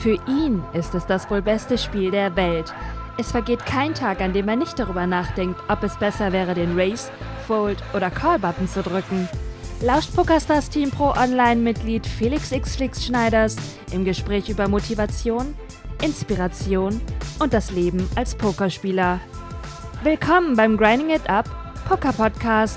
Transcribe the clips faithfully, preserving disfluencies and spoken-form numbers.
Für ihn ist es das wohl beste Spiel der Welt. Es vergeht kein Tag, an dem er nicht darüber nachdenkt, ob es besser wäre, den Raise, Fold oder Call-Button zu drücken. Lauscht PokerStars Team Pro Online-Mitglied Felix X Flix Schneiders im Gespräch über Motivation, Inspiration und das Leben als Pokerspieler. Willkommen beim Grinding It Up Poker Podcast.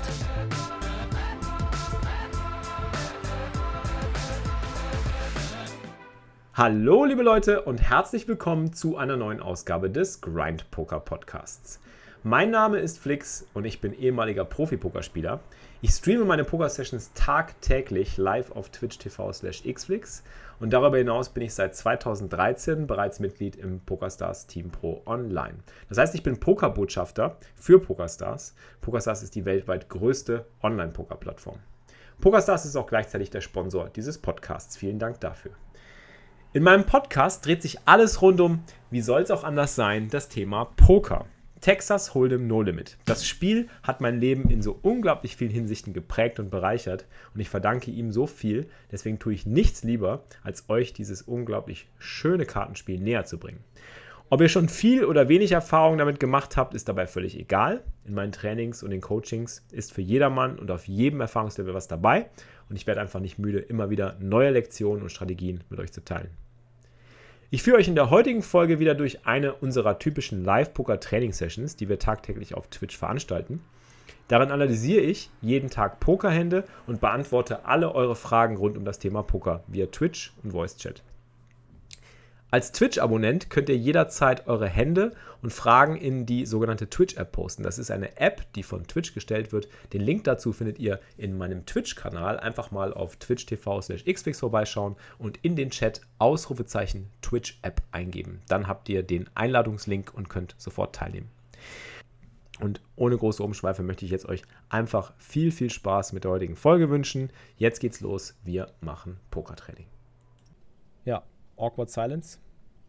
Hallo liebe Leute und herzlich willkommen zu einer neuen Ausgabe des Grind Poker Podcasts. Mein Name ist Flix und ich bin ehemaliger Profi-Pokerspieler. Ich streame meine Poker-Sessions tagtäglich live auf Twitch Punkt T V slash Xflix und darüber hinaus bin ich seit zweitausenddreizehn bereits Mitglied im PokerStars Team Pro Online. Das heißt, ich bin Pokerbotschafter für PokerStars. PokerStars ist die weltweit größte Online-Poker-Plattform. PokerStars ist auch gleichzeitig der Sponsor dieses Podcasts. Vielen Dank dafür. In meinem Podcast dreht sich alles rund um, wie soll es auch anders sein, das Thema Poker. Texas Hold'em No Limit. Das Spiel hat mein Leben in so unglaublich vielen Hinsichten geprägt und bereichert und ich verdanke ihm so viel, deswegen tue ich nichts lieber, als euch dieses unglaublich schöne Kartenspiel näher zu bringen. Ob ihr schon viel oder wenig Erfahrung damit gemacht habt, ist dabei völlig egal. In meinen Trainings und den Coachings ist für jedermann und auf jedem Erfahrungslevel was dabei und ich werde einfach nicht müde, immer wieder neue Lektionen und Strategien mit euch zu teilen. Ich führe euch in der heutigen Folge wieder durch eine unserer typischen Live-Poker-Training-Sessions, die wir tagtäglich auf Twitch veranstalten. Darin analysiere ich jeden Tag Pokerhände und beantworte alle eure Fragen rund um das Thema Poker via Twitch und Voice-Chat. Als Twitch-Abonnent könnt ihr jederzeit eure Hände und Fragen in die sogenannte Twitch-App posten. Das ist eine App, die von Twitch gestellt wird. Den Link dazu findet ihr in meinem Twitch-Kanal. Einfach mal auf Twitch Punkt T V slash Xflix vorbeischauen und in den Chat Ausrufezeichen Twitch-App eingeben. Dann habt ihr den Einladungslink und könnt sofort teilnehmen. Und ohne große Umschweife möchte ich jetzt euch einfach viel, viel Spaß mit der heutigen Folge wünschen. Jetzt geht's los. Wir machen Pokertraining. Ja, Awkward Silence.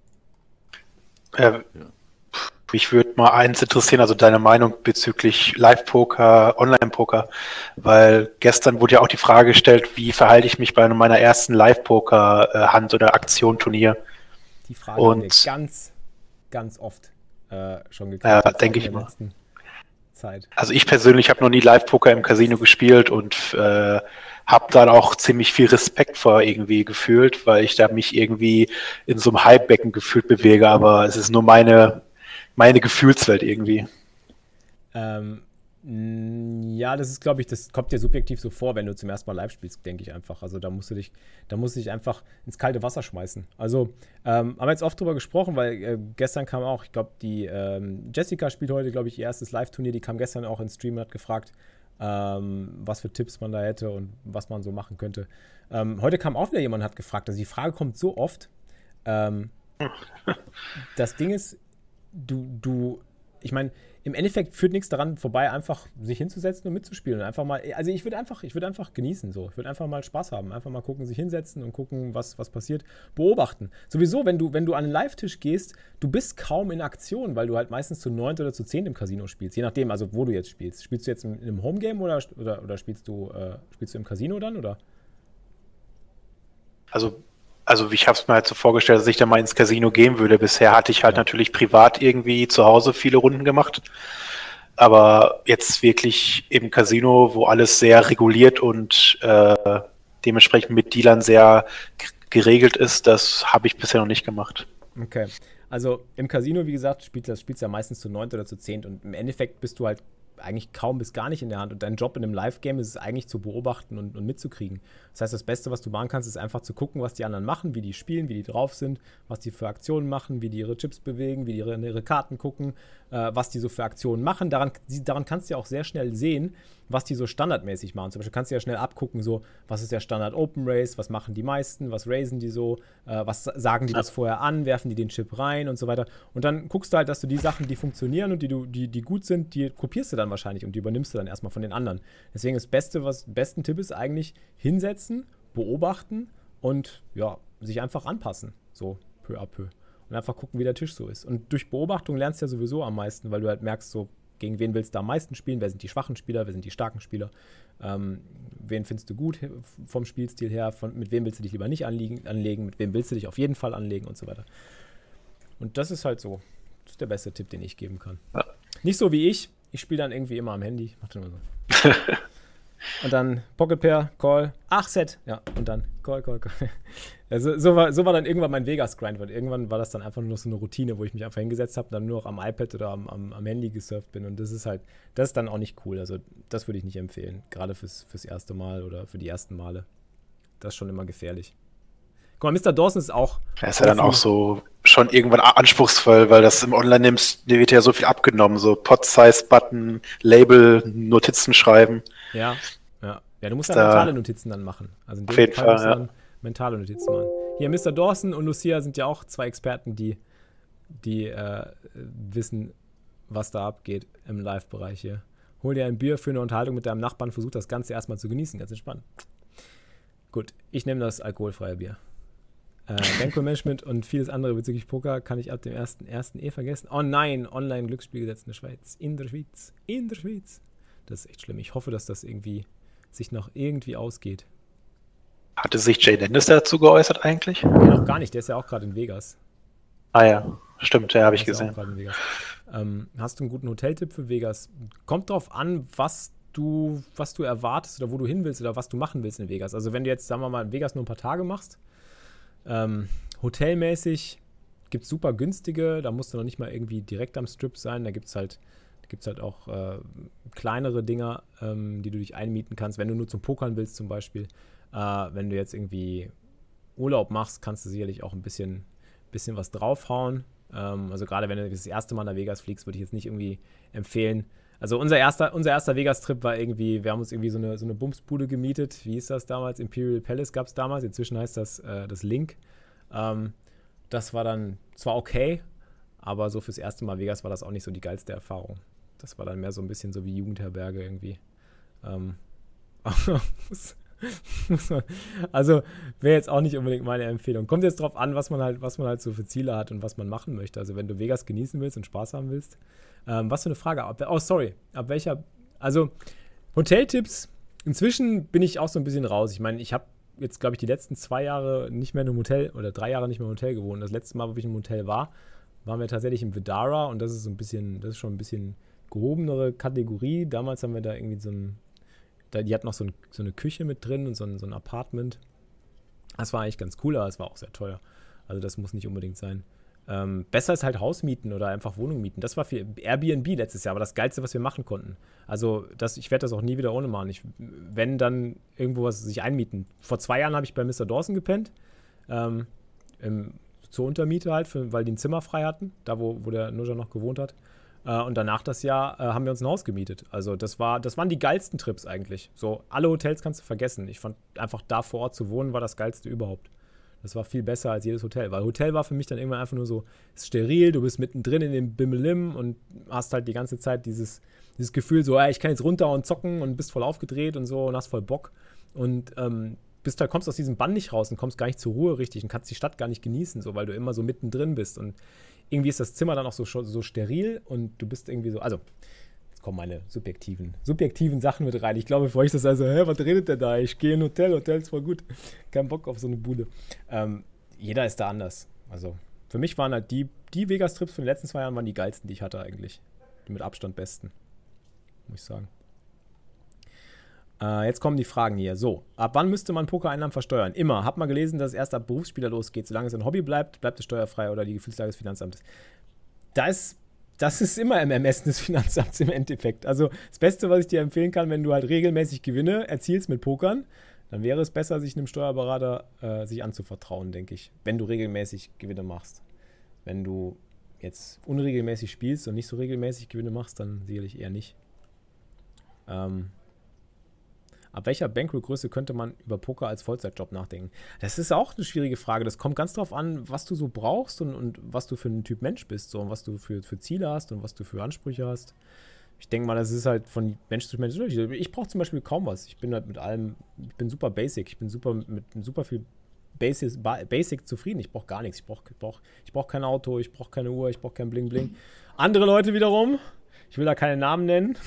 Äh, mich würde mal eins interessieren, also deine Meinung bezüglich Live-Poker, Online-Poker, weil gestern wurde ja auch die Frage gestellt, wie verhalte ich mich bei meiner ersten Live-Poker-Hand- oder Aktion-Turnier? Die Frage haben wir ganz, ganz oft äh, schon gekriegt. Ja, denke ich mal. Zeit. Also ich persönlich habe noch nie Live-Poker im Casino gespielt und äh, habe dann auch ziemlich viel Respekt vor irgendwie gefühlt, weil ich da mich irgendwie in so einem Halbbecken gefühlt bewege, aber es ist nur meine, meine Gefühlswelt irgendwie. Ähm, ja, das ist, glaube ich, das kommt dir subjektiv so vor, wenn du zum ersten Mal live spielst, denke ich einfach. Also da musst du dich, da musst du dich einfach ins kalte Wasser schmeißen. Also ähm, haben wir jetzt oft drüber gesprochen, weil äh, gestern kam auch, ich glaube, die ähm, Jessica spielt heute, glaube ich, ihr erstes Live-Turnier, die kam gestern auch ins Stream und hat gefragt, ähm, was für Tipps man da hätte und was man so machen könnte. Ähm, heute kam auch wieder jemand und hat gefragt, also die Frage kommt so oft. Ähm, das Ding ist, du, du, ich meine, im Endeffekt führt nichts daran vorbei, einfach sich hinzusetzen und mitzuspielen. Und einfach mal, also ich würde einfach, ich würde einfach genießen so. Ich würde einfach mal Spaß haben. Einfach mal gucken, sich hinsetzen und gucken, was, was passiert. Beobachten. Sowieso, wenn du, wenn du an einen Live-Tisch gehst, du bist kaum in Aktion, weil du halt meistens zu neunt oder zu zehnt im Casino spielst. Je nachdem, also wo du jetzt spielst. Spielst du jetzt in, in einem Homegame oder, oder, oder spielst du, äh, spielst du im Casino dann, oder? Also Also ich habe es mir halt so vorgestellt, dass ich da mal ins Casino gehen würde. Bisher hatte ich halt ja. natürlich privat irgendwie zu Hause viele Runden gemacht. Aber jetzt wirklich im Casino, wo alles sehr reguliert und äh, dementsprechend mit Dealern sehr g- geregelt ist, das habe ich bisher noch nicht gemacht. Okay, also im Casino, wie gesagt, spielst du spielst ja meistens zu neunt oder zu zehnt und im Endeffekt bist du halt eigentlich kaum bis gar nicht in der Hand. Und dein Job in einem Live-Game ist es eigentlich zu beobachten und, und mitzukriegen. Das heißt, das Beste, was du machen kannst, ist einfach zu gucken, was die anderen machen, wie die spielen, wie die drauf sind, was die für Aktionen machen, wie die ihre Chips bewegen, wie die ihre, ihre Karten gucken, äh, was die so für Aktionen machen. Daran, daran kannst du ja auch sehr schnell sehen, was die so standardmäßig machen. Zum Beispiel kannst du ja schnell abgucken, so, was ist der Standard Open Race, was machen die meisten, was raisen die so, äh, was sagen die das vorher an, werfen die den Chip rein und so weiter. Und dann guckst du halt, dass du die Sachen, die funktionieren und die, du, die, die gut sind, die kopierst du dann wahrscheinlich und die übernimmst du dann erstmal von den anderen. Deswegen das Beste, was besten Tipp ist eigentlich hinsetzen, beobachten und ja, sich einfach anpassen, so peu à peu. Und einfach gucken, wie der Tisch so ist. Und durch Beobachtung lernst du ja sowieso am meisten, weil du halt merkst, so, gegen wen willst du am meisten spielen, wer sind die schwachen Spieler, wer sind die starken Spieler, ähm, wen findest du gut vom Spielstil her, von, mit wem willst du dich lieber nicht anliegen, anlegen, mit wem willst du dich auf jeden Fall anlegen und so weiter. Und das ist halt so, das ist der beste Tipp, den ich geben kann. Ja. Nicht so wie ich, ich spiele dann irgendwie immer am Handy, ich mach dann immer so. Und dann Pocket Pair, Call, ach, Set, ja, und dann Call, Call, Call. Also, so, war, so war dann irgendwann mein Vegas-Grind, weil irgendwann war das dann einfach nur noch so eine Routine, wo ich mich einfach hingesetzt habe und dann nur noch am iPad oder am, am, am Handy gesurft bin und das ist halt, das ist dann auch nicht cool, also das würde ich nicht empfehlen, gerade fürs, fürs erste Mal oder für die ersten Male. Das ist schon immer gefährlich. Guck mal, Mister Dawson ist auch... Er ist ja dann auch so schon irgendwann anspruchsvoll, weil das im Online nimmst, dir wird ja so viel abgenommen, so Pot-Size-Button, Label, Notizen schreiben. Ja, ja. Ja, du musst ja mentale Notizen dann machen. Also in dem auf jeden Fall, Fall, musst du ja. dann mentale Notizen machen. Hier, Mister Dawson und Lucia sind ja auch zwei Experten, die, die äh, wissen, was da abgeht im Live-Bereich hier. Hol dir ein Bier für eine Unterhaltung mit deinem Nachbarn, versuch das Ganze erstmal zu genießen, ganz entspannt. Gut, ich nehme das alkoholfreie Bier. Äh, Bankroll-Management und vieles andere bezüglich Poker kann ich ab dem ersten ersten eh vergessen. Oh nein, Online-Glücksspielgesetz in der Schweiz. In der Schweiz. In der Schweiz. Das ist echt schlimm. Ich hoffe, dass das irgendwie sich noch irgendwie ausgeht. Hatte sich Jay Dennis dazu geäußert eigentlich? Ja, noch gar nicht. Der ist ja auch gerade in Vegas. Ah ja, stimmt, ja, habe ich Der ist ja gesehen. auch gerade in Vegas. Ähm, hast du einen guten Hoteltipp für Vegas? Kommt drauf an, was du, was du erwartest oder wo du hin willst oder was du machen willst in Vegas. Also wenn du jetzt, sagen wir mal, in Vegas nur ein paar Tage machst, ähm, hotelmäßig gibt es super günstige, da musst du noch nicht mal irgendwie direkt am Strip sein, da gibt es halt, gibt's halt auch äh, kleinere Dinger, ähm, die du dich einmieten kannst, wenn du nur zum Pokern willst zum Beispiel. Äh, wenn du jetzt irgendwie Urlaub machst, kannst du sicherlich auch ein bisschen, bisschen was draufhauen. Ähm, also gerade wenn du das erste Mal nach Vegas fliegst, würde ich jetzt nicht irgendwie empfehlen. Also unser erster, unser erster Vegas-Trip war irgendwie, wir haben uns irgendwie so eine, so eine Bumsbude gemietet. Wie hieß das damals? Imperial Palace gab es damals. Inzwischen heißt das äh, das Link. Ähm, das war dann zwar okay, aber so fürs erste Mal Vegas war das auch nicht so die geilste Erfahrung. Das war dann mehr so ein bisschen so wie Jugendherberge irgendwie. Ähm, also wäre jetzt auch nicht unbedingt meine Empfehlung. Kommt jetzt drauf an, was man halt, was man halt so für Ziele hat und was man machen möchte. Also wenn du Vegas genießen willst und Spaß haben willst. Ähm, was für eine Frage. Ab, oh, sorry. Ab welcher, also Hoteltipps, inzwischen bin ich auch so ein bisschen raus. Ich meine, ich habe jetzt, glaube ich, die letzten zwei Jahre nicht mehr in einem Hotel oder drei Jahre nicht mehr im Hotel gewohnt. Das letzte Mal, wo ich im Hotel war, waren wir tatsächlich im Vdara und das ist so ein bisschen, das ist schon ein bisschen gehobenere Kategorie. Damals haben wir da irgendwie so ein, da, die hat noch so, ein, so eine Küche mit drin und so ein, so ein Apartment. Das war eigentlich ganz cool, aber es war auch sehr teuer. Also das muss nicht unbedingt sein. Ähm, besser ist halt Hausmieten oder einfach Wohnung mieten. Das war für Airbnb letztes Jahr, aber das Geilste, was wir machen konnten. Also das, ich werde das auch nie wieder ohne machen. Ich, wenn, dann irgendwo was sich einmieten. Vor zwei Jahren habe ich bei Mister Dawson gepennt. Ähm, im, zur Untermiete halt, für, weil die ein Zimmer frei hatten, da wo, wo der Nusja noch gewohnt hat. Äh, und danach das Jahr äh, haben wir uns ein Haus gemietet. Also das war, das waren die geilsten Trips eigentlich. So, alle Hotels kannst du vergessen. Ich fand einfach da vor Ort zu wohnen war das Geilste überhaupt. Das war viel besser als jedes Hotel, weil Hotel war für mich dann irgendwann einfach nur so, ist steril, du bist mittendrin in dem Bimmelim und hast halt die ganze Zeit dieses, dieses Gefühl so, ey, ich kann jetzt runter und zocken und bist voll aufgedreht und so und hast voll Bock und ähm, bist halt, kommst aus diesem Bann nicht raus und kommst gar nicht zur Ruhe richtig und kannst die Stadt gar nicht genießen, so, weil du immer so mittendrin bist und irgendwie ist das Zimmer dann auch so, so steril und du bist irgendwie so, also jetzt kommen meine subjektiven, subjektiven Sachen mit rein. Ich glaube, für euch ist das also, hä, was redet der da? Ich gehe in ein Hotel, Hotel ist voll gut. Kein Bock auf so eine Bude. Ähm, jeder ist da anders. Also für mich waren halt die, die Vegas-Trips von den letzten zwei Jahren waren die geilsten, die ich hatte eigentlich. Die mit Abstand besten, muss ich sagen. Äh, jetzt kommen die Fragen hier. So, ab wann müsste man Pokereinnahmen versteuern? Immer. Hab mal gelesen, dass es erst ab Berufsspieler losgeht. Solange es ein Hobby bleibt, bleibt es steuerfrei oder die Gefühlslage des Finanzamtes. Da ist Das ist immer im Ermessen des Finanzamts im Endeffekt. Also das Beste, was ich dir empfehlen kann, wenn du halt regelmäßig Gewinne erzielst mit Pokern, dann wäre es besser, sich einem Steuerberater äh, sich anzuvertrauen, denke ich, wenn du regelmäßig Gewinne machst. Wenn du jetzt unregelmäßig spielst und nicht so regelmäßig Gewinne machst, dann sicherlich eher nicht. Ähm, ab welcher Bankroll-Größe könnte man über Poker als Vollzeitjob nachdenken? Das ist auch eine schwierige Frage. Das kommt ganz drauf an, was du so brauchst und, und was du für ein Typ Mensch bist, so, und was du für, für Ziele hast und was du für Ansprüche hast. Ich denke mal, das ist halt von Mensch zu Mensch unterschiedlich. Ich brauche zum Beispiel kaum was. Ich bin halt mit allem, ich bin super basic. Ich bin super mit, mit super viel Basic, basic zufrieden. Ich brauche gar nichts. Ich brauche ich brauch, ich brauch kein Auto, ich brauche keine Uhr, ich brauche kein Bling Bling. Andere Leute wiederum, ich will da keine Namen nennen,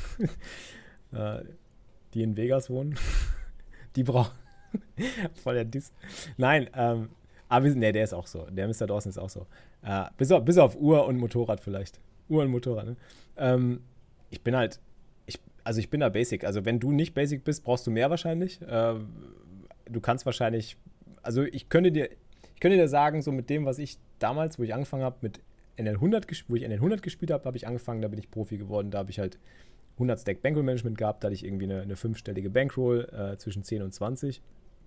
äh, die in Vegas wohnen. Die brauchen voll der Diss. Nein, ähm, aber nee, der ist auch so. Der Mister Dawson ist auch so. Äh, bis, auf, bis auf Uhr und Motorrad vielleicht. Uhr und Motorrad, ne? Ähm, ich bin halt, ich, also ich bin da Basic. Also wenn du nicht Basic bist, brauchst du mehr wahrscheinlich. Äh, du kannst wahrscheinlich, also ich könnte dir, ich könnte dir sagen, so mit dem, was ich damals, wo ich angefangen habe, mit N L hundert, wo ich N L hundert gespielt habe, habe ich angefangen, da bin ich Profi geworden. Da habe ich halt hundert Stack Bankroll Management gehabt, da hatte ich irgendwie eine, eine fünfstellige Bankroll äh, zwischen zehn und zwanzig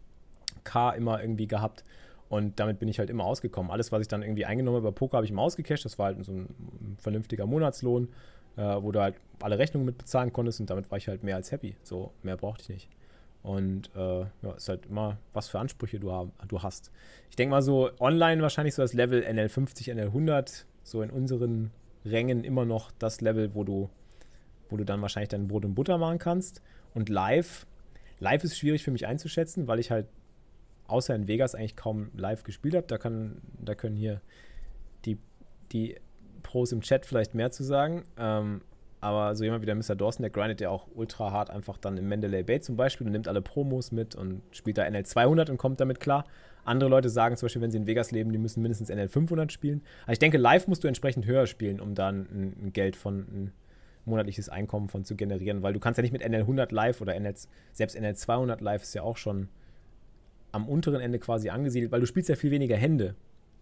K immer irgendwie gehabt. Und damit bin ich halt immer ausgekommen. Alles, was ich dann irgendwie eingenommen habe bei Poker, habe ich immer ausgecasht. Das war halt so ein vernünftiger Monatslohn, äh, wo du halt alle Rechnungen mit bezahlen konntest. Und damit war ich halt mehr als happy. So, mehr brauchte ich nicht. Und äh, ja, ist halt immer, was für Ansprüche du, haben, du hast. Ich denke mal so, online wahrscheinlich so das Level N L fünfzig, N L hundert, so in unseren Rängen immer noch das Level, wo du, wo du dann wahrscheinlich dein Brot und Butter machen kannst. Und live, live ist schwierig für mich einzuschätzen, weil ich halt außer in Vegas eigentlich kaum live gespielt habe. Da, kann, da können hier die, die Pros im Chat vielleicht mehr zu sagen. Ähm, aber so jemand wie der Mister Dawson, der grindet ja auch ultra hart einfach dann im Mandalay Bay zum Beispiel und nimmt alle Promos mit und spielt da N L zweihundert und kommt damit klar. Andere Leute sagen zum Beispiel, wenn sie in Vegas leben, die müssen mindestens N L fünfhundert spielen. Also ich denke, live musst du entsprechend höher spielen, um da ein, ein Geld von, ein monatliches Einkommen von zu generieren, weil du kannst ja nicht mit N L hundert live oder N L, selbst N L zweihundert live ist ja auch schon am unteren Ende quasi angesiedelt, weil du spielst ja viel weniger Hände.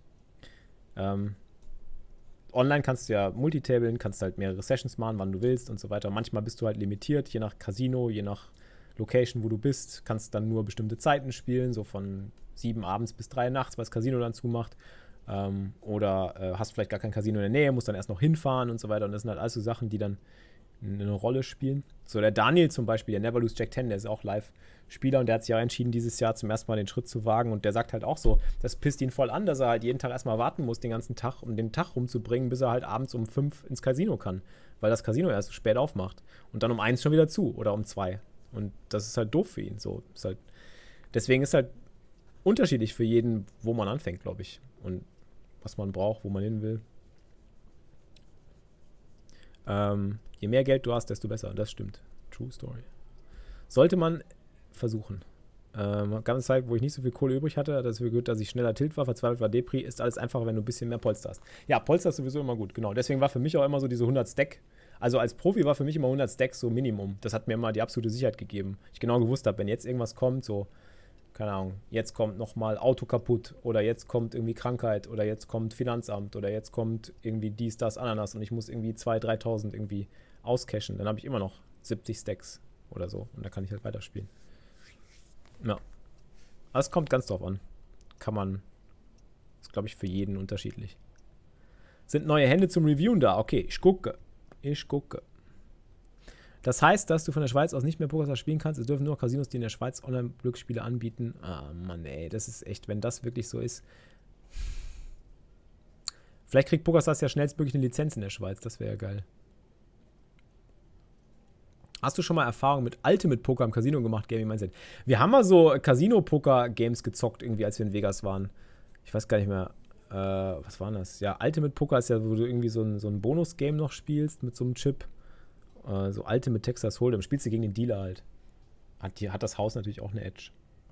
Ähm, online kannst du ja multitablen, kannst halt mehrere Sessions machen, wann du willst und so weiter. Manchmal bist du halt limitiert, je nach Casino, je nach Location, wo du bist, kannst dann nur bestimmte Zeiten spielen, so von sieben abends bis drei nachts, weil das Casino dann zumacht. Ähm, oder äh, hast vielleicht gar kein Casino in der Nähe, musst dann erst noch hinfahren und so weiter. Und das sind halt alles so Sachen, die dann eine Rolle spielen. So, der Daniel zum Beispiel, der Never Lose Jack ten, der ist auch Live-Spieler und der hat sich auch entschieden, dieses Jahr zum ersten Mal den Schritt zu wagen und der sagt halt auch so, das pisst ihn voll an, dass er halt jeden Tag erstmal warten muss, den ganzen Tag, um den Tag rumzubringen, bis er halt abends um fünf ins Casino kann, weil das Casino erst so spät aufmacht und dann um eins schon wieder zu oder um zwei und das ist halt doof für ihn. So, ist halt, deswegen ist halt unterschiedlich für jeden, wo man anfängt, glaube ich, und was man braucht, wo man hin will. Ähm, je mehr Geld du hast, desto besser. Das stimmt. True Story. Sollte man versuchen. Ähm, gab eine Zeit, wo ich nicht so viel Kohle übrig hatte, dafür gehört, dass ich schneller Tilt war, verzweifelt war Depri, ist alles einfacher, wenn du ein bisschen mehr Polster hast. Ja, Polster ist sowieso immer gut, genau. Deswegen war für mich auch immer so diese hundert Stack. Also als Profi war für mich immer hundert Stacks so Minimum. Das hat mir immer die absolute Sicherheit gegeben. Ich genau gewusst habe, wenn jetzt irgendwas kommt, so, keine Ahnung, jetzt kommt nochmal Auto kaputt oder jetzt kommt irgendwie Krankheit oder jetzt kommt Finanzamt oder jetzt kommt irgendwie dies, das, Ananas und ich muss irgendwie zweitausend, dreitausend irgendwie auscashen, dann habe ich immer noch siebzig Stacks oder so und da kann ich halt weiterspielen. Ja. Aber es kommt ganz drauf an. Kann man, ist glaube ich für jeden unterschiedlich. Sind neue Hände zum Reviewen da? Okay, ich gucke. Ich gucke. Das heißt, dass du von der Schweiz aus nicht mehr PokerStars spielen kannst. Es dürfen nur Casinos, die in der Schweiz Online-Glücksspiele anbieten. Ah, Mann, ey, das ist echt, wenn das wirklich so ist. Vielleicht kriegt PokerStars ja schnellstmöglich eine Lizenz in der Schweiz. Das wäre ja geil. Hast du schon mal Erfahrung mit Ultimate Poker im Casino gemacht, Gaming Mindset? Wir haben mal so Casino-Poker-Games gezockt, irgendwie, als wir in Vegas waren. Ich weiß gar nicht mehr, äh, was war das? Ja, Ultimate Poker ist ja, wo du irgendwie so ein, so ein Bonus-Game noch spielst mit so einem Chip. So alte mit Texas Hold'em, spielst du gegen den Dealer halt. Hat, die, hat das Haus natürlich auch eine Edge.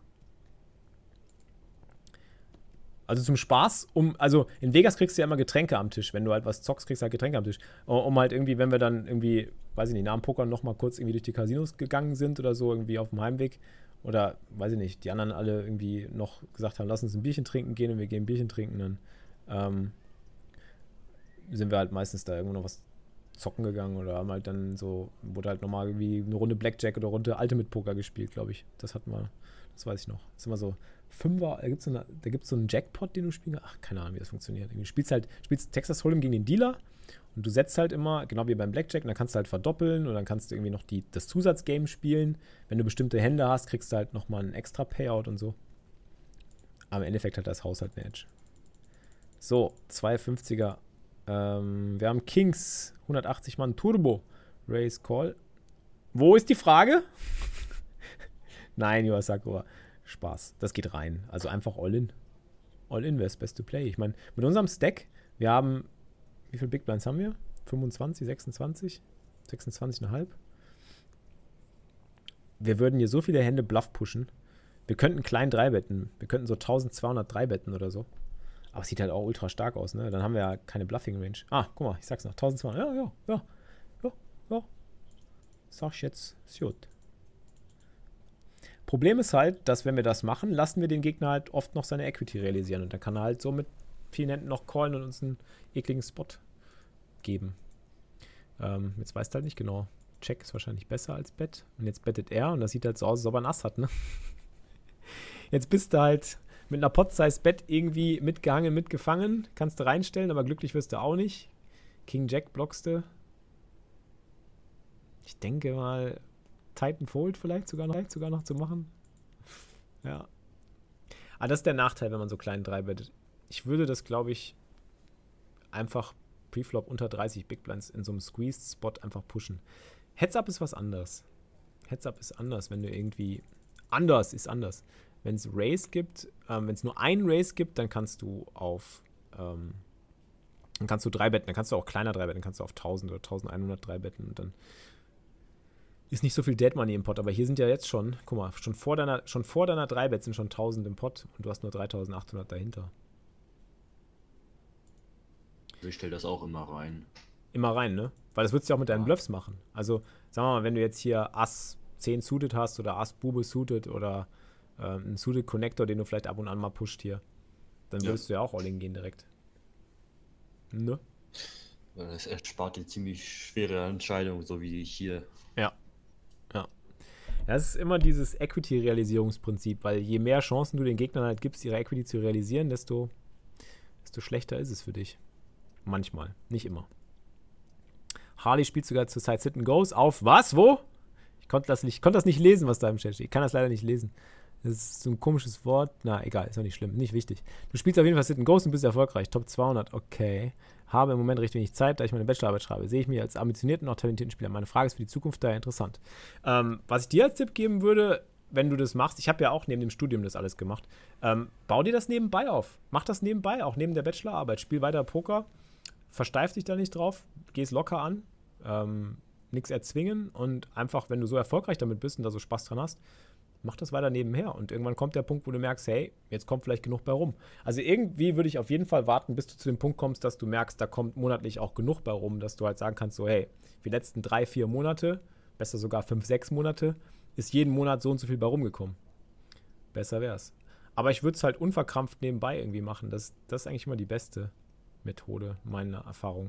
Also zum Spaß, um, also in Vegas kriegst du ja immer Getränke am Tisch. Wenn du halt was zockst, kriegst du halt Getränke am Tisch. Um halt irgendwie, wenn wir dann irgendwie, weiß ich nicht, nach dem Pokern noch mal kurz irgendwie durch die Casinos gegangen sind oder so, irgendwie auf dem Heimweg. Oder, weiß ich nicht, die anderen alle irgendwie noch gesagt haben, lass uns ein Bierchen trinken gehen und wir gehen ein Bierchen trinken. Dann ähm, sind wir halt meistens da irgendwo noch was zocken gegangen oder haben halt dann so, wurde halt nochmal irgendwie eine Runde Blackjack oder Runde Ultimate Poker gespielt, glaube ich. Das hatten wir, das weiß ich noch. Das ist immer so Fünfer, da gibt es so, so einen Jackpot, den du spielen kannst. Ach, keine Ahnung, wie das funktioniert. Du spielst halt, spielst Texas Hold'em gegen den Dealer und du setzt halt immer, genau wie beim Blackjack, und dann kannst du halt verdoppeln und dann kannst du irgendwie noch die, das Zusatzgame spielen. Wenn du bestimmte Hände hast, kriegst du halt nochmal einen extra Payout und so. Aber im Endeffekt hat das Haus halt eine Edge. So, zwei fünfziger. Ähm, wir haben Kings, hundertachtzig Mann, Turbo, Race Call. Wo ist die Frage? Nein, Joas Sakura. Spaß, das geht rein. Also einfach All-In. All-In wäre das beste Play. Ich meine, mit unserem Stack, wir haben, wie viele Big Blinds haben wir? fünfundzwanzig, sechsundzwanzig, sechsundzwanzig Komma fünf. Wir würden hier so viele Hände Bluff pushen. Wir könnten klein drei betten. Wir könnten so zwölfhundert drei betten oder so. Aber es sieht halt auch ultra stark aus, ne? Dann haben wir ja keine Bluffing-Range. Ah, guck mal, ich sag's noch. zwölfhundert. Ja, ja, ja. Ja, ja. Sag ich jetzt. Ist gut. Problem ist halt, dass wenn wir das machen, lassen wir den Gegner halt oft noch seine Equity realisieren. Und dann kann er halt so mit vielen Händen noch callen und uns einen ekligen Spot geben. Ähm, jetzt weißt du halt nicht genau. Check ist wahrscheinlich besser als Bet. Und jetzt bettet er und das sieht halt so aus, als ob er ein Ass hat, ne? Jetzt bist du halt mit einer Pot-Size-Bet irgendwie mitgehangen, mitgefangen. Kannst du reinstellen, aber glücklich wirst du auch nicht. King Jack blockst du. Ich denke mal, Titan Fold vielleicht sogar noch, vielleicht sogar noch zu machen. Ja. Aber das ist der Nachteil, wenn man so klein drei bettet. Ich würde das, glaube ich, einfach Preflop unter dreißig Big Blinds in so einem Squeezed-Spot einfach pushen. Heads-Up ist was anderes. Heads-Up ist anders, wenn du irgendwie... Anders ist anders. Wenn es Raise gibt, ähm, wenn es nur einen Raise gibt, dann kannst du auf... Ähm, dann kannst du drei betten. Dann kannst du auch kleiner drei betten. Dann kannst du auf tausend oder eintausendeinhundert drei betten. Und dann ist nicht so viel Dead Money im Pot. Aber hier sind ja jetzt schon... Guck mal, schon vor deiner, schon vor deiner drei Bet sind schon tausend im Pot. Und du hast nur dreitausendachthundert dahinter. Ich stelle das auch immer rein. Immer rein, ne? Weil das würdest du ja auch mit deinen Ja. Bluffs machen. Also, sagen wir mal, wenn du jetzt hier Ass zehn suited hast oder Ass Bube suited oder äh, einen suited Connector, den du vielleicht ab und an mal pusht hier, dann Ja. würdest du ja auch All-In gehen direkt. Ne? Weil das erspart dir ziemlich schwere Entscheidung, so wie hier. Ja. Ja. Das ist immer dieses Equity-Realisierungsprinzip, weil je mehr Chancen du den Gegnern halt gibst, ihre Equity zu realisieren, desto, desto schlechter ist es für dich. Manchmal, nicht immer. Harley spielt sogar zur Zeit Sit and Goes auf was? Wo? Ich konnte das nicht, konnte das nicht lesen, was da im Chat steht. Ich kann das leider nicht lesen. Das ist so ein komisches Wort. Na, egal, ist auch nicht schlimm, nicht wichtig. Du spielst auf jeden Fall Sit and Goes und bist erfolgreich. Top zweihundert, okay. Habe im Moment recht wenig Zeit, da ich meine Bachelorarbeit schreibe. Sehe ich mich als ambitionierten und auch talentierten Spieler. Meine Frage ist für die Zukunft daher interessant. Ähm, was ich dir als Tipp geben würde, wenn du das machst, ich habe ja auch neben dem Studium das alles gemacht, ähm, bau dir das nebenbei auf. Mach das nebenbei, auch neben der Bachelorarbeit. Spiel weiter Poker. Versteif dich da nicht drauf, geh es locker an, ähm, nichts erzwingen und einfach, wenn du so erfolgreich damit bist und da so Spaß dran hast, mach das weiter nebenher und irgendwann kommt der Punkt, wo du merkst, hey, jetzt kommt vielleicht genug bei rum. Also irgendwie würde ich auf jeden Fall warten, bis du zu dem Punkt kommst, dass du merkst, da kommt monatlich auch genug bei rum, dass du halt sagen kannst, so hey, die letzten drei, vier Monate, besser sogar fünf, sechs Monate, ist jeden Monat so und so viel bei rumgekommen. Besser wär's. Aber ich würde es halt unverkrampft nebenbei irgendwie machen. Das, das ist eigentlich immer die beste Methode, meiner Erfahrung.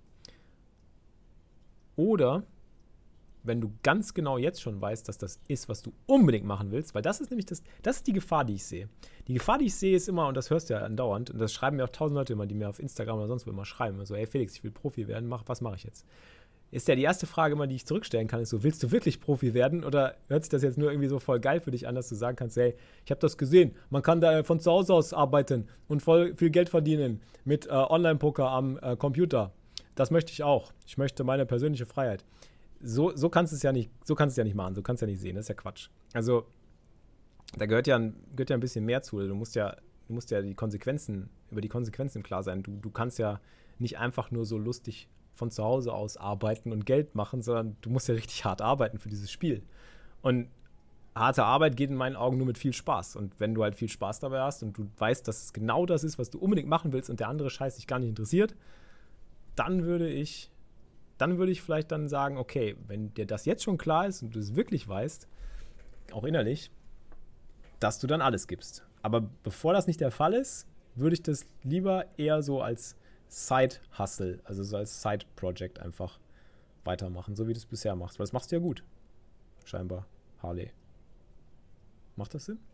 Oder, wenn du ganz genau jetzt schon weißt, dass das ist, was du unbedingt machen willst, weil das ist nämlich das, das ist die Gefahr, die ich sehe. Die Gefahr, die ich sehe, ist immer, und das hörst du ja andauernd, und das schreiben mir auch tausend Leute immer, die mir auf Instagram oder sonst wo immer schreiben, so, hey Felix, ich will Profi werden, mach, was mache ich jetzt? Ist ja die erste Frage immer, die ich zurückstellen kann, ist so, willst du wirklich Profi werden oder hört sich das jetzt nur irgendwie so voll geil für dich an, dass du sagen kannst, hey, ich habe das gesehen, man kann da von zu Hause aus arbeiten und voll viel Geld verdienen mit äh, Online-Poker am äh, Computer. Das möchte ich auch. Ich möchte meine persönliche Freiheit. So, so kannst du es ja nicht, so kannst du es ja nicht machen, so kannst du ja nicht sehen, das ist ja Quatsch. Also, da gehört ja ein, gehört ja ein bisschen mehr zu. Du musst ja, du musst ja die Konsequenzen, über die Konsequenzen klar sein. Du, du kannst ja nicht einfach nur so lustig von zu Hause aus arbeiten und Geld machen, sondern du musst ja richtig hart arbeiten für dieses Spiel. Und harte Arbeit geht in meinen Augen nur mit viel Spaß. Und wenn du halt viel Spaß dabei hast und du weißt, dass es genau das ist, was du unbedingt machen willst und der andere Scheiß dich gar nicht interessiert, dann würde ich, dann würde ich vielleicht dann sagen, okay, wenn dir das jetzt schon klar ist und du es wirklich weißt, auch innerlich, dass du dann alles gibst. Aber bevor das nicht der Fall ist, würde ich das lieber eher so als Side-Hustle, also so als Side-Project einfach weitermachen, so wie du es bisher machst. Weil das machst du ja gut, scheinbar, Harley. Macht das Sinn?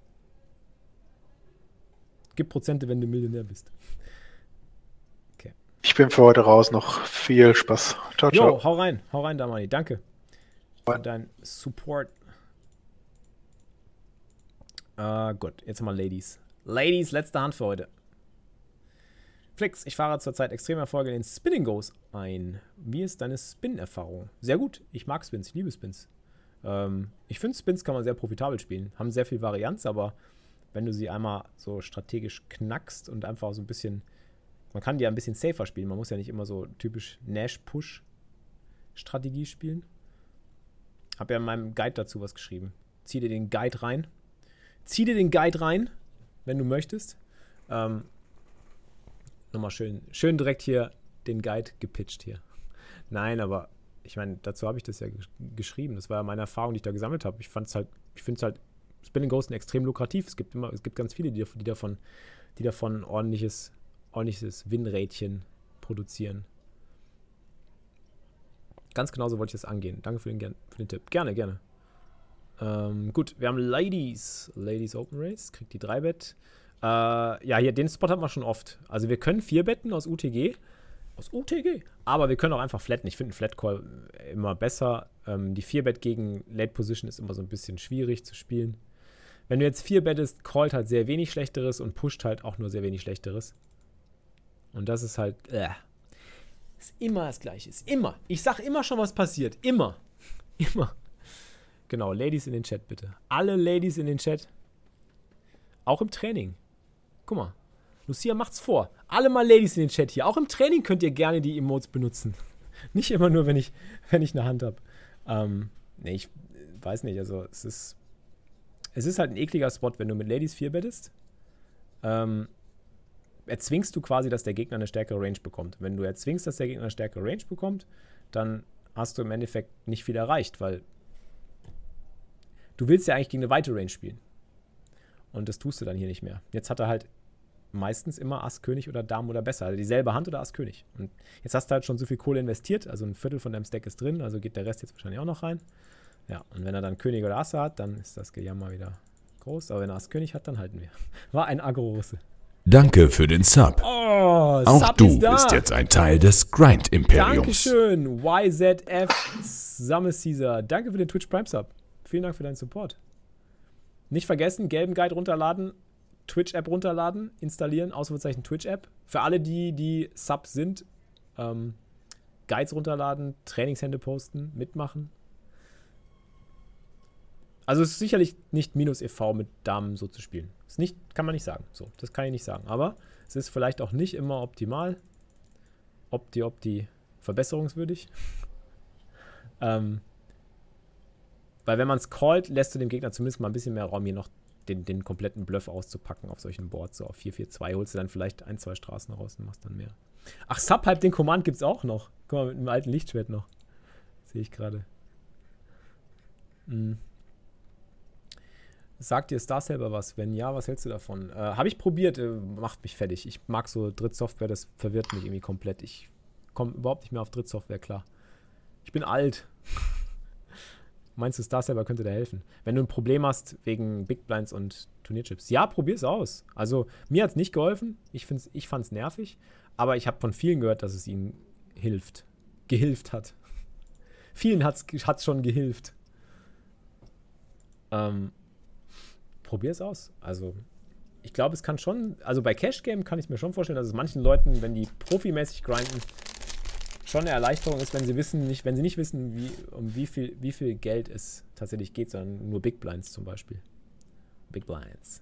Gib Prozente, wenn du Millionär bist. Okay. Ich bin für heute raus. Noch viel Spaß. Ciao, ciao. Jo, hau rein, hau rein, Damani. Danke für deinen Support. Uh, gut, jetzt haben wir Ladies. Ladies, letzte Hand für heute. Flix, ich fahre zurzeit extrem Erfolge in den Spinning Goes ein. Wie ist deine Spin-Erfahrung? Sehr gut. Ich mag Spins, ich liebe Spins. Ähm, ich finde, Spins kann man sehr profitabel spielen. Haben sehr viel Varianz, aber wenn du sie einmal so strategisch knackst und einfach so ein bisschen man kann die ja ein bisschen safer spielen. Man muss ja nicht immer so typisch Nash-Push-Strategie spielen. Habe ja in meinem Guide dazu was geschrieben. Zieh dir den Guide rein. Zieh dir den Guide rein, wenn du möchtest. Ähm, nochmal schön, schön direkt hier den Guide gepitcht hier. Nein, aber ich meine, dazu habe ich das ja gesch- geschrieben. Das war ja meine Erfahrung, die ich da gesammelt habe. Ich fand es halt, ich finde es halt Spin and Ghosten extrem lukrativ. Es gibt immer, es gibt ganz viele, die, die davon, die davon ordentliches, ordentliches Win-Rätchen produzieren. Ganz genauso wollte ich das angehen. Danke für den, für den Tipp. Gerne, gerne. Ähm, gut, wir haben Ladies. Ladies Open Race, kriegt die drei Bet. Äh, ja, hier, den Spot haben wir schon oft. Also wir können vier betten aus U T G. Aus U T G. Aber wir können auch einfach flatten. Ich finde einen Flat Call immer besser. Ähm, die vier Bet gegen Late Position ist immer so ein bisschen schwierig zu spielen. Wenn du jetzt vier bettest, callt halt sehr wenig Schlechteres und pusht halt auch nur sehr wenig Schlechteres. Und das ist halt, äh, ist immer das Gleiche. Ist immer. Ich sag immer schon, was passiert. Immer. Immer. Genau, Ladies in den Chat bitte. Alle Ladies in den Chat. Auch im Training. Guck mal. Lucia macht's vor. Alle mal Ladies in den Chat hier. Auch im Training könnt ihr gerne die Emotes benutzen. Nicht immer nur, wenn ich, wenn ich eine Hand habe. Ähm, nee, ich weiß nicht. Also, es ist, es ist halt ein ekliger Spot, wenn du mit Ladies vier bettest. Ähm, erzwingst du quasi, dass der Gegner eine stärkere Range bekommt. Wenn du erzwingst, dass der Gegner eine stärkere Range bekommt, dann hast du im Endeffekt nicht viel erreicht, weil du willst ja eigentlich gegen eine weite Range spielen. Und das tust du dann hier nicht mehr. Jetzt hat er halt meistens immer Ass König oder Dame oder besser. Also dieselbe Hand oder Ass König. Und jetzt hast du halt schon so viel Kohle investiert, also ein Viertel von deinem Stack ist drin, also geht der Rest jetzt wahrscheinlich auch noch rein. Ja, und wenn er dann König oder Asse hat, dann ist das Gejammer wieder groß. Aber wenn er Ass König hat, dann halten wir. War ein Agro-Russe. Danke für den Sub. Oh, Auch Sub du ist da. bist jetzt ein Teil des Grind-Imperiums. Dankeschön, Y Z F Samme Caesar. Danke für den Twitch Prime Sub. Vielen Dank für deinen Support. Nicht vergessen, gelben Guide runterladen, Twitch-App runterladen, installieren, Ausrufezeichen Twitch-App. Für alle, die, die Sub sind, ähm, Guides runterladen, Trainingshände posten, mitmachen. Also es ist sicherlich nicht minus E V mit Damen so zu spielen. Ist nicht, kann man nicht sagen. So, das kann ich nicht sagen. Aber es ist vielleicht auch nicht immer optimal. Opti, opti, verbesserungswürdig. ähm, weil wenn man es callt, lässt du dem Gegner zumindest mal ein bisschen mehr Raum, hier noch den, den kompletten Bluff auszupacken auf solchen Boards. So auf vier vier zwei holst du dann vielleicht ein, zwei Straßen raus und machst dann mehr. Ach, Subhype, den Command gibt's auch noch. Guck mal, mit einem alten Lichtschwert noch. Sehe ich gerade. Hm. Sagt dir Star Saber was? Wenn ja, was hältst du davon? Äh, Habe ich probiert, äh, macht mich fertig. Ich mag so Drittsoftware, das verwirrt mich irgendwie komplett. Ich komme überhaupt nicht mehr auf Drittsoftware klar. Ich bin alt. Meinst du, Star Saber könnte da helfen? Wenn du ein Problem hast wegen Big Blinds und Turnierchips. Ja, probier's aus. Also, mir hat's nicht geholfen. Ich, find's, ich fand's nervig. Aber ich habe von vielen gehört, dass es ihnen hilft. Gehilft hat. Vielen hat's, hat's schon gehilft. Ähm, Probier's aus. Also, ich glaube, es kann schon, also bei Cash Game kann ich mir schon vorstellen, dass es manchen Leuten, wenn die profimäßig grinden, schon eine Erleichterung ist, wenn sie wissen, nicht, wenn sie nicht wissen, wie, um wie viel, wie viel Geld es tatsächlich geht, sondern nur Big Blinds zum Beispiel. Big Blinds.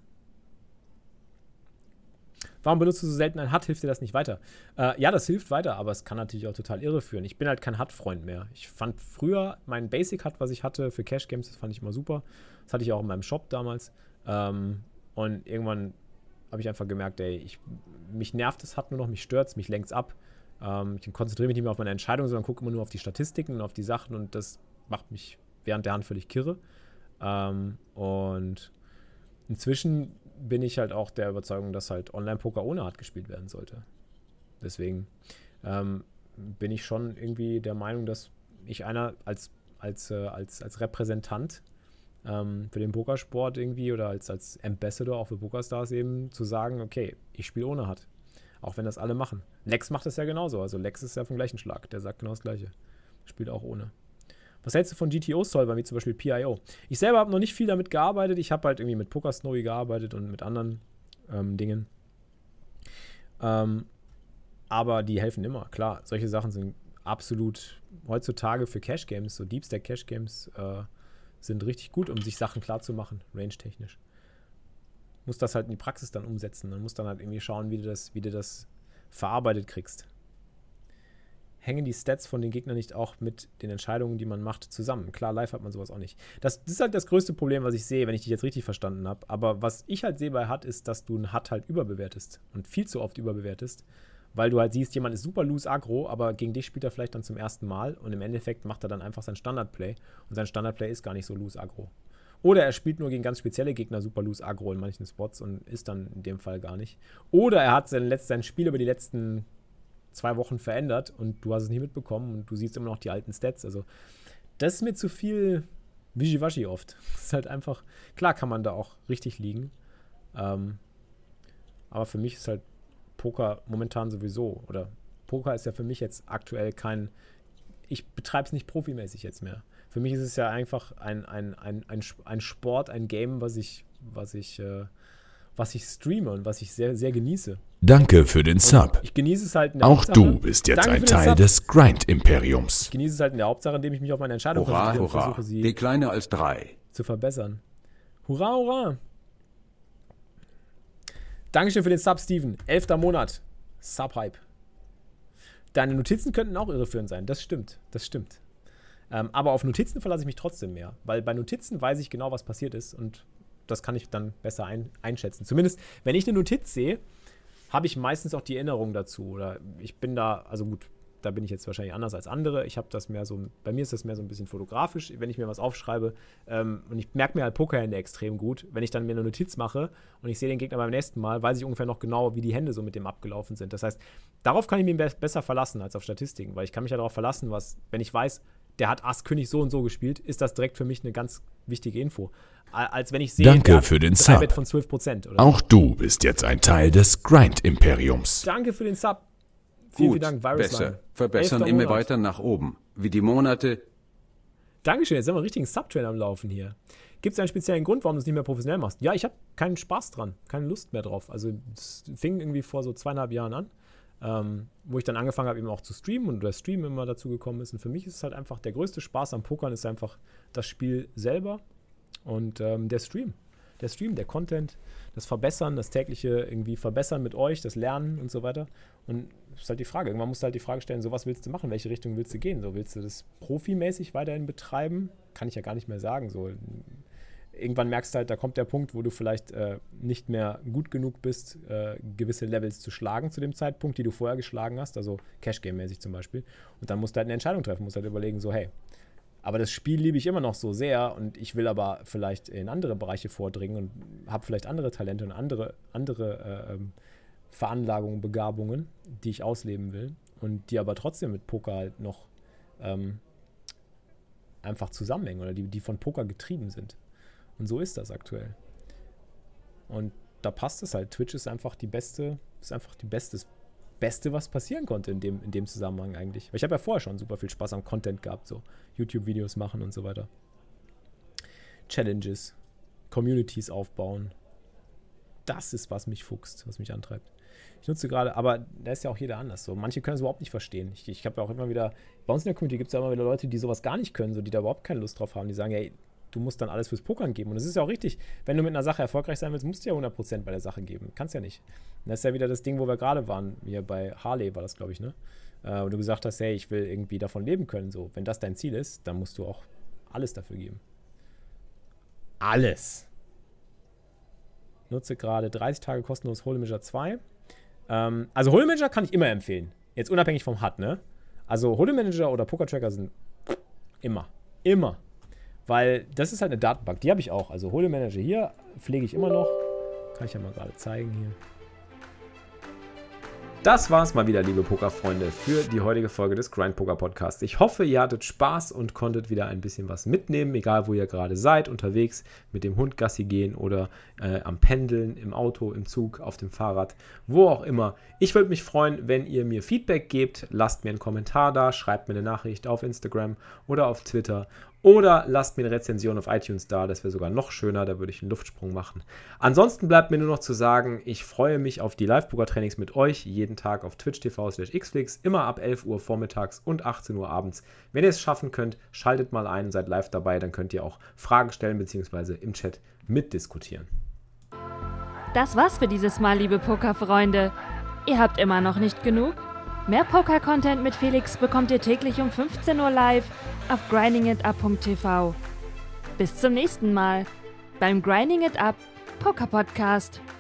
Warum benutzt du so selten ein H U D? Hilft dir das nicht weiter? Äh, ja, das hilft weiter, aber es kann natürlich auch total irreführen. Ich bin halt kein H U D-Freund mehr. Ich fand früher mein Basic-H U D, was ich hatte für Cash Games, das fand ich immer super. Das hatte ich auch in meinem Shop damals. Ähm, und irgendwann habe ich einfach gemerkt, ey, ich, mich nervt das H U D nur noch, mich stört es, mich lenkt es ab. Ähm, ich konzentriere mich nicht mehr auf meine Entscheidungen, sondern gucke immer nur auf die Statistiken und auf die Sachen und das macht mich während der Hand völlig kirre. Ähm, und inzwischen bin ich halt auch der Überzeugung, dass halt Online-Poker ohne H U D gespielt werden sollte. Deswegen ähm, bin ich schon irgendwie der Meinung, dass ich einer als, als, äh, als, als Repräsentant ähm, für den Pokersport irgendwie oder als, als Ambassador auch für PokerStars eben zu sagen, okay, ich spiele ohne H U D. Auch wenn das alle machen. Lex macht das ja genauso. Also Lex ist ja vom gleichen Schlag. Der sagt genau das Gleiche. Spielt auch ohne. Was hältst du von G T O-Solvern, wie zum Beispiel P I O? Ich selber habe noch nicht viel damit gearbeitet. Ich habe halt irgendwie mit PokerSnowy gearbeitet und mit anderen ähm, Dingen. Ähm, aber die helfen immer. Klar, solche Sachen sind absolut heutzutage für Cash-Games, so Deep-Stack-Cash-Games, äh, sind richtig gut, um sich Sachen klar zu machen, range-technisch. Muss das halt in die Praxis dann umsetzen. Man muss dann halt irgendwie schauen, wie du das, wie du das verarbeitet kriegst. Hängen die Stats von den Gegnern nicht auch mit den Entscheidungen, die man macht, zusammen? Klar, live hat man sowas auch nicht. Das, das ist halt das größte Problem, was ich sehe, wenn ich dich jetzt richtig verstanden habe. Aber was ich halt sehe bei H U T, ist, dass du ein H U T halt überbewertest und viel zu oft überbewertest, weil du halt siehst, jemand ist super loose aggro, aber gegen dich spielt er vielleicht dann zum ersten Mal und im Endeffekt macht er dann einfach sein Standardplay und sein Standardplay ist gar nicht so loose aggro. Oder er spielt nur gegen ganz spezielle Gegner super loose aggro in manchen Spots und ist dann in dem Fall gar nicht. Oder er hat sein, letzt, sein Spiel über die letzten zwei Wochen verändert und du hast es nicht mitbekommen und du siehst immer noch die alten Stats. Also das ist mir zu viel Wischiwaschi oft. Das ist halt einfach, klar kann man da auch richtig liegen, ähm, aber für mich ist halt Poker momentan sowieso, oder Poker ist ja für mich jetzt aktuell kein, ich betreibe es nicht profimäßig jetzt mehr. Für mich ist es ja einfach ein, ein, ein, ein, ein Sport, ein Game, was ich, was ich, äh, was ich streame und was ich sehr, sehr genieße. Danke für den Und Sub. ich genieße es halt in der Auch Hauptsache. du bist jetzt Danke ein für den Teil Sub. des Grind-Imperiums. Ich genieße es halt in der Hauptsache, indem ich mich auf meine Entscheidung Hurra, konzentriere und hurra. versuche, sie Die Kleine als drei. zu verbessern. Hurra, hurra! Dankeschön für den Sub, Steven. Elfter Monat. Sub-Hype. Deine Notizen könnten auch irreführend sein. Das stimmt. Das stimmt. Ähm, aber auf Notizen verlasse ich mich trotzdem mehr. Weil bei Notizen weiß ich genau, was passiert ist. Und das kann ich dann besser ein, einschätzen. Zumindest, wenn ich eine Notiz sehe, habe ich meistens auch die Erinnerung dazu. Oder ich bin da, also gut, da bin ich jetzt wahrscheinlich anders als andere. Ich habe das mehr so, bei mir ist das mehr so ein bisschen fotografisch, wenn ich mir was aufschreibe. Ähm, und ich merke mir halt Pokerhände extrem gut. Wenn ich dann mir eine Notiz mache und ich sehe den Gegner beim nächsten Mal, weiß ich ungefähr noch genau, wie die Hände so mit dem abgelaufen sind. Das heißt, darauf kann ich mich be- besser verlassen als auf Statistiken, weil ich kann mich ja darauf verlassen, was, wenn ich weiß, der hat Ass König so und so gespielt, ist das direkt für mich eine ganz wichtige Info. Als wenn ich sehe, Danke der hat für den drei Sub. Bet von zwölf Prozent. Oder Auch du bist jetzt ein Teil des Grind-Imperiums. Danke für den Sub. Vielen, Gut, vielen Dank, Virusline. besser. Verbessern Elfter immer Monat. weiter nach oben. Wie die Monate. Dankeschön, jetzt haben wir einen richtigen Subtrain am Laufen hier. Gibt es einen speziellen Grund, warum du es nicht mehr professionell machst? Ja, ich habe keinen Spaß dran, keine Lust mehr drauf. Also es fing irgendwie vor so zweieinhalb Jahren an, ähm, wo ich dann angefangen habe, eben auch zu streamen und der Stream immer dazu gekommen ist. Und für mich ist es halt einfach, der größte Spaß am Pokern ist einfach das Spiel selber und ähm, der Stream. Der Stream, der Content, das Verbessern, das tägliche irgendwie Verbessern mit euch, das Lernen und so weiter. Und das ist halt die Frage. Irgendwann musst du halt die Frage stellen, so was willst du machen? Welche Richtung willst du gehen? So, willst du das profimäßig weiterhin betreiben? Kann ich ja gar nicht mehr sagen. So, irgendwann merkst du halt, da kommt der Punkt, wo du vielleicht äh, nicht mehr gut genug bist, äh, gewisse Levels zu schlagen zu dem Zeitpunkt, die du vorher geschlagen hast, also Cash-Game-mäßig zum Beispiel. Und dann musst du halt eine Entscheidung treffen, musst halt überlegen, so hey, aber das Spiel liebe ich immer noch so sehr und ich will aber vielleicht in andere Bereiche vordringen und habe vielleicht andere Talente und andere, andere äh, ähm, Veranlagungen, Begabungen, die ich ausleben will und die aber trotzdem mit Poker halt noch ähm, einfach zusammenhängen oder die, die von Poker getrieben sind. Und so ist das aktuell. Und da passt es halt. Twitch ist einfach die beste, ist einfach die beste, das Beste, was passieren konnte in dem, in dem Zusammenhang eigentlich. Weil ich habe ja vorher schon super viel Spaß am Content gehabt, so YouTube-Videos machen und so weiter. Challenges, Communities aufbauen. Das ist, was mich fuchst, was mich antreibt. Ich nutze gerade, aber da ist ja auch jeder anders so. Manche können es überhaupt nicht verstehen. Ich, ich habe ja auch immer wieder, bei uns in der Community gibt es ja immer wieder Leute, die sowas gar nicht können, so, die da überhaupt keine Lust drauf haben. Die sagen, hey, du musst dann alles fürs Pokern geben. Und das ist ja auch richtig. Wenn du mit einer Sache erfolgreich sein willst, musst du ja hundert Prozent bei der Sache geben. Kannst ja nicht. Und das ist ja wieder das Ding, wo wir gerade waren. Hier bei Harley war das, glaube ich, ne? Äh, und du gesagt hast, hey, ich will irgendwie davon leben können. So, wenn das dein Ziel ist, dann musst du auch alles dafür geben. Alles. Nutze gerade dreißig Tage kostenlos Hold'em Manager zwei. Ähm, also Hold'em Manager kann ich immer empfehlen. Jetzt unabhängig vom H U T, ne? Also Hold'em Manager oder Poker Tracker sind immer. Immer. Weil das ist halt eine Datenbank, die habe ich auch. Also Hold'em Manager hier pflege ich immer noch. Kann ich ja mal gerade zeigen hier. Das war's mal wieder, liebe Pokerfreunde, für die heutige Folge des Grind Poker Podcasts. Ich hoffe, ihr hattet Spaß und konntet wieder ein bisschen was mitnehmen, egal wo ihr gerade seid, unterwegs, mit dem Hund Gassi gehen oder äh, am Pendeln, im Auto, im Zug, auf dem Fahrrad, wo auch immer. Ich würde mich freuen, wenn ihr mir Feedback gebt. Lasst mir einen Kommentar da, schreibt mir eine Nachricht auf Instagram oder auf Twitter. Oder lasst mir eine Rezension auf iTunes da, das wäre sogar noch schöner, da würde ich einen Luftsprung machen. Ansonsten bleibt mir nur noch zu sagen, ich freue mich auf die Live-Poker-Trainings mit euch, jeden Tag auf twitch punkt t v slash xflix, immer ab elf Uhr vormittags und achtzehn Uhr abends. Wenn ihr es schaffen könnt, schaltet mal ein und seid live dabei, dann könnt ihr auch Fragen stellen bzw. im Chat mitdiskutieren. Das war's für dieses Mal, liebe Pokerfreunde. Ihr habt immer noch nicht genug? Mehr Poker-Content mit Felix bekommt ihr täglich um fünfzehn Uhr live auf grinding it up punkt t v. Bis zum nächsten Mal beim Grinding It Up Poker Podcast.